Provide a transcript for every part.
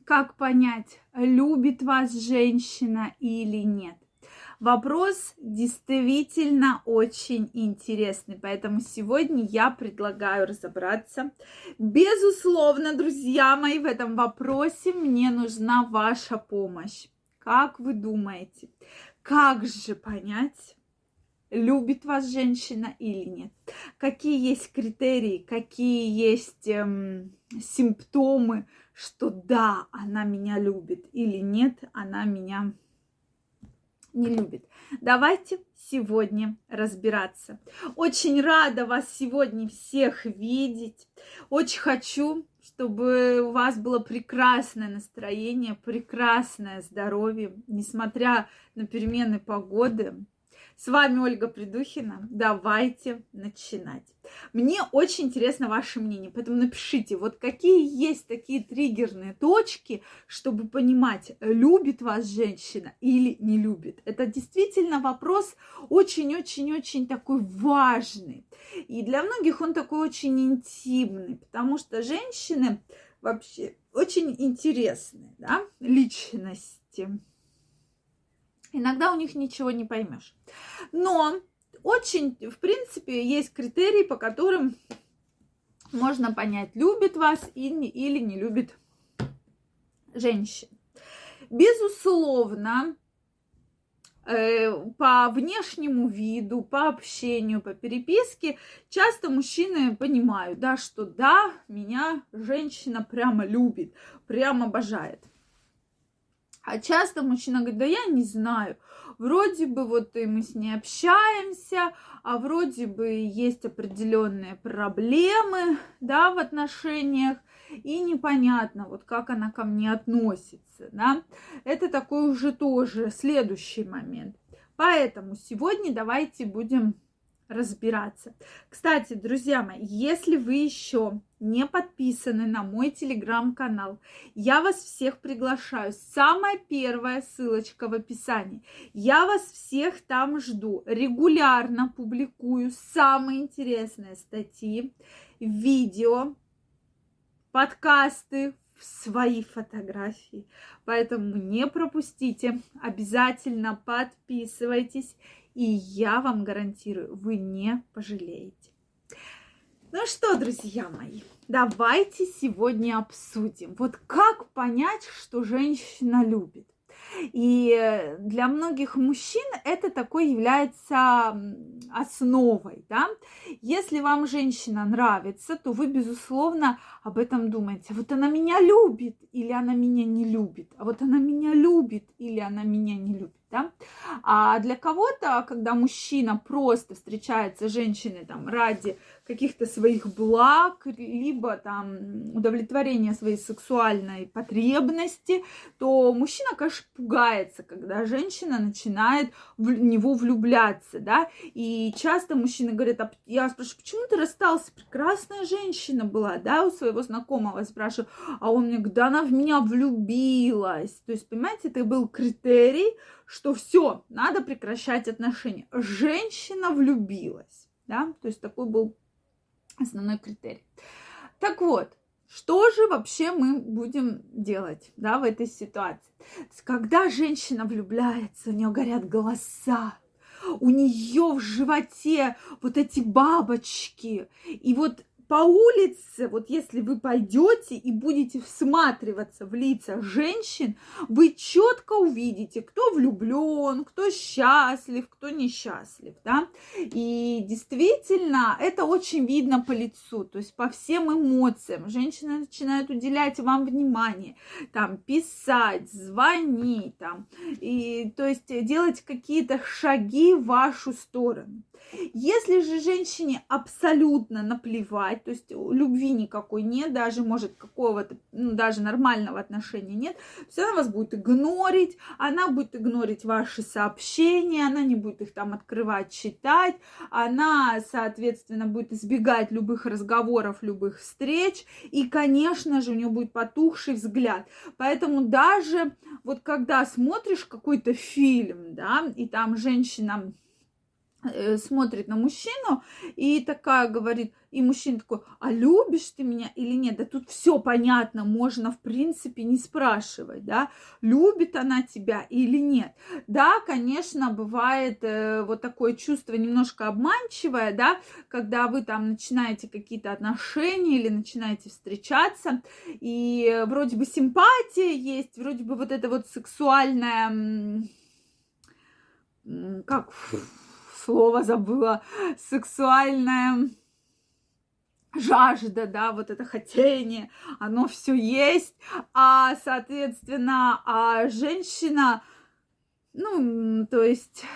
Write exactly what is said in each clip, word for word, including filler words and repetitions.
Как понять, любит вас женщина или нет? Вопрос действительно очень интересный, поэтому сегодня я предлагаю разобраться. Безусловно, друзья мои, в этом вопросе мне нужна ваша помощь. Как вы думаете, как же понять, любит вас женщина или нет? Какие есть критерии, какие есть эм, симптомы, что да, она меня любит, или нет, она меня не любит. Давайте сегодня разбираться. Очень рада вас сегодня всех видеть. Очень хочу, чтобы у вас было прекрасное настроение, прекрасное здоровье, несмотря на перемены погоды. С вами Ольга Придухина. Давайте начинать. Мне очень интересно ваше мнение, поэтому напишите, вот какие есть такие триггерные точки, чтобы понимать, любит вас женщина или не любит. Это действительно вопрос очень-очень-очень такой важный. И для многих он такой очень интимный, потому что женщины вообще очень интересные, да, личности. Иногда у них ничего не поймешь. Но очень, в принципе, есть критерии, по которым можно понять, любит вас или, или не любит женщин. Безусловно, э, по внешнему виду, по общению, по переписке часто мужчины понимают, да, что да, меня женщина прямо любит, прямо обожает. А часто мужчина говорит, да я не знаю, вроде бы вот и мы с ней общаемся, а вроде бы есть определенные проблемы, да, в отношениях, и непонятно, вот как она ко мне относится, да. Это такой уже тоже следующий момент. Поэтому сегодня давайте будем разбираться. Кстати, друзья мои, если вы еще не подписаны на мой телеграм-канал, я вас всех приглашаю. Самая первая ссылочка в описании. Я вас всех там жду. Регулярно публикую самые интересные статьи, видео, подкасты, свои фотографии. Поэтому не пропустите. Обязательно подписывайтесь. И я вам гарантирую, вы не пожалеете. Ну что, друзья мои, давайте сегодня обсудим. Вот как понять, что женщина любит. И для многих мужчин это такой является основой, да. Если вам женщина нравится, то вы, безусловно, об этом думаете. Вот она меня любит или она меня не любит. А вот она меня любит или она меня не любит, да. А для кого-то, когда мужчина просто встречается с женщиной там ради каких-то своих благ, либо там удовлетворения своей сексуальной потребности, то мужчина, конечно, пугается, когда женщина начинает в него влюбляться, да, и часто мужчины говорят, а я спрашиваю, почему ты расстался? Прекрасная женщина была, да, у своего знакомого, спрашиваю, а он мне говорит, да она в меня влюбилась, то есть, понимаете, это был критерий, что все, надо прекращать отношения, женщина влюбилась, да, то есть такой был основной критерий. Так вот, что же вообще мы будем делать, да, в этой ситуации? Когда женщина влюбляется, у нее горят глаза, у нее в животе вот эти бабочки, и вот по улице, вот если вы пойдете и будете всматриваться в лица женщин, вы четко увидите, кто влюблен, кто счастлив, кто несчастлив, да. И действительно, это очень видно по лицу, то есть по всем эмоциям. Женщина начинает уделять вам внимание, там, писать, звонить, там, и, то есть делать какие-то шаги в вашу сторону. Если же женщине абсолютно наплевать, то есть любви никакой нет, даже, может, какого-то, ну, даже нормального отношения нет, то есть она вас будет игнорить, она будет игнорить ваши сообщения, она не будет их там открывать, читать, она, соответственно, будет избегать любых разговоров, любых встреч, и, конечно же, у нее будет потухший взгляд. Поэтому даже вот когда смотришь какой-то фильм, да, и там женщина смотрит на мужчину и такая говорит, и мужчина такой: а любишь ты меня или нет? Да тут все понятно, можно в принципе не спрашивать, да, любит она тебя или нет. Да, конечно, бывает э, вот такое чувство немножко обманчивое, да, когда вы там начинаете какие-то отношения или начинаете встречаться, и вроде бы симпатия есть, вроде бы вот это вот сексуальная, как слово забыла, сексуальная жажда, да, вот это хотение, оно все есть, а, соответственно, а женщина, ну, то есть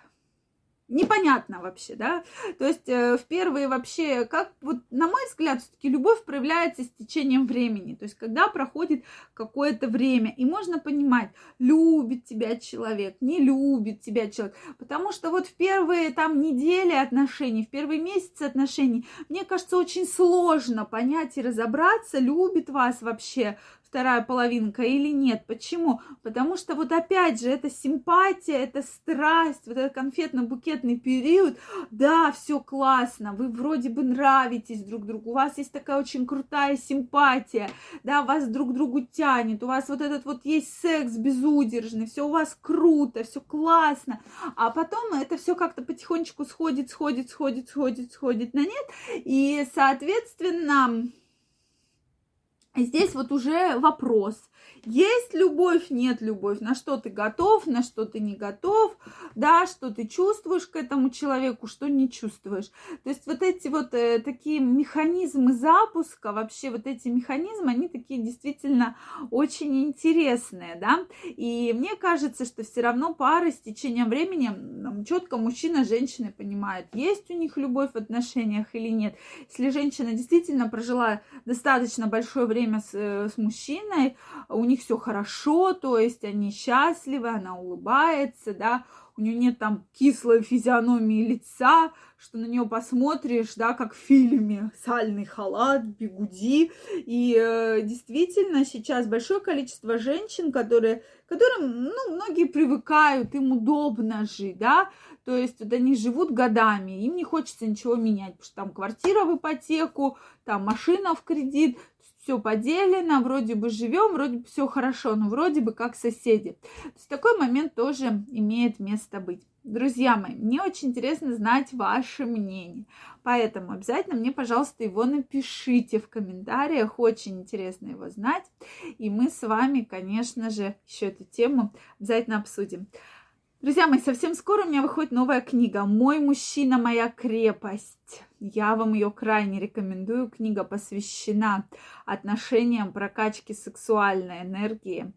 непонятно вообще, да, то есть э, в первые вообще, как вот, на мой взгляд, все-таки любовь проявляется с течением времени, то есть когда проходит какое-то время, и можно понимать, любит тебя человек, не любит тебя человек, потому что вот в первые там недели отношений, в первые месяцы отношений, мне кажется, очень сложно понять и разобраться, любит вас вообще вторая половинка или нет. Почему? Потому что вот опять же, это симпатия, это страсть, вот этот конфетно-букетный период, да, все классно, вы вроде бы нравитесь друг другу, у вас есть такая очень крутая симпатия, да, вас друг к другу тянет, у вас вот этот вот есть секс безудержный, все у вас круто, все классно, а потом это все как-то потихонечку сходит, сходит, сходит, сходит, сходит на нет, и, соответственно, здесь вот уже вопрос, есть любовь, нет любовь, на что ты готов, на что ты не готов, да, что ты чувствуешь к этому человеку, что не чувствуешь. То есть вот эти вот э, такие механизмы запуска, вообще вот эти механизмы, они такие действительно очень интересные, да, и мне кажется, что все равно пары с течением времени четко мужчина с женщиной понимают, есть у них любовь в отношениях или нет. Если женщина действительно прожила достаточно большое время с, с мужчиной, у них все хорошо, то есть они счастливы, она улыбается, да, у нее нет там кислой физиономии лица, что на нее посмотришь, да, как в фильме, сальный халат, бигуди. И э, действительно сейчас большое количество женщин, которые, которым, ну, многие привыкают, им удобно жить, да, то есть вот они живут годами, им не хочется ничего менять, потому что там квартира в ипотеку, там машина в кредит, все поделено, вроде бы живем, вроде бы все хорошо, но вроде бы как соседи. То есть такой момент тоже имеет место быть. Друзья мои, мне очень интересно знать ваше мнение, поэтому обязательно мне, пожалуйста, его напишите в комментариях, очень интересно его знать, и мы с вами, конечно же, еще эту тему обязательно обсудим. Друзья мои, совсем скоро у меня выходит новая книга «Мой мужчина, моя крепость». Я вам ее крайне рекомендую. Книга посвящена отношениям, прокачке сексуальной энергии,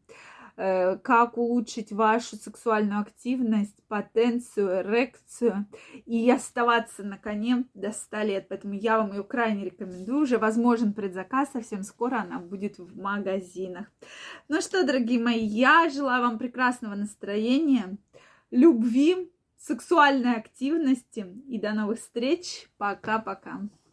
как улучшить вашу сексуальную активность, потенцию, эрекцию и оставаться на коне до ста лет. Поэтому я вам ее крайне рекомендую. Уже возможен предзаказ, совсем скоро она будет в магазинах. Ну что, дорогие мои, я желаю вам прекрасного настроения, любви, сексуальной активности и до новых встреч. Пока-пока.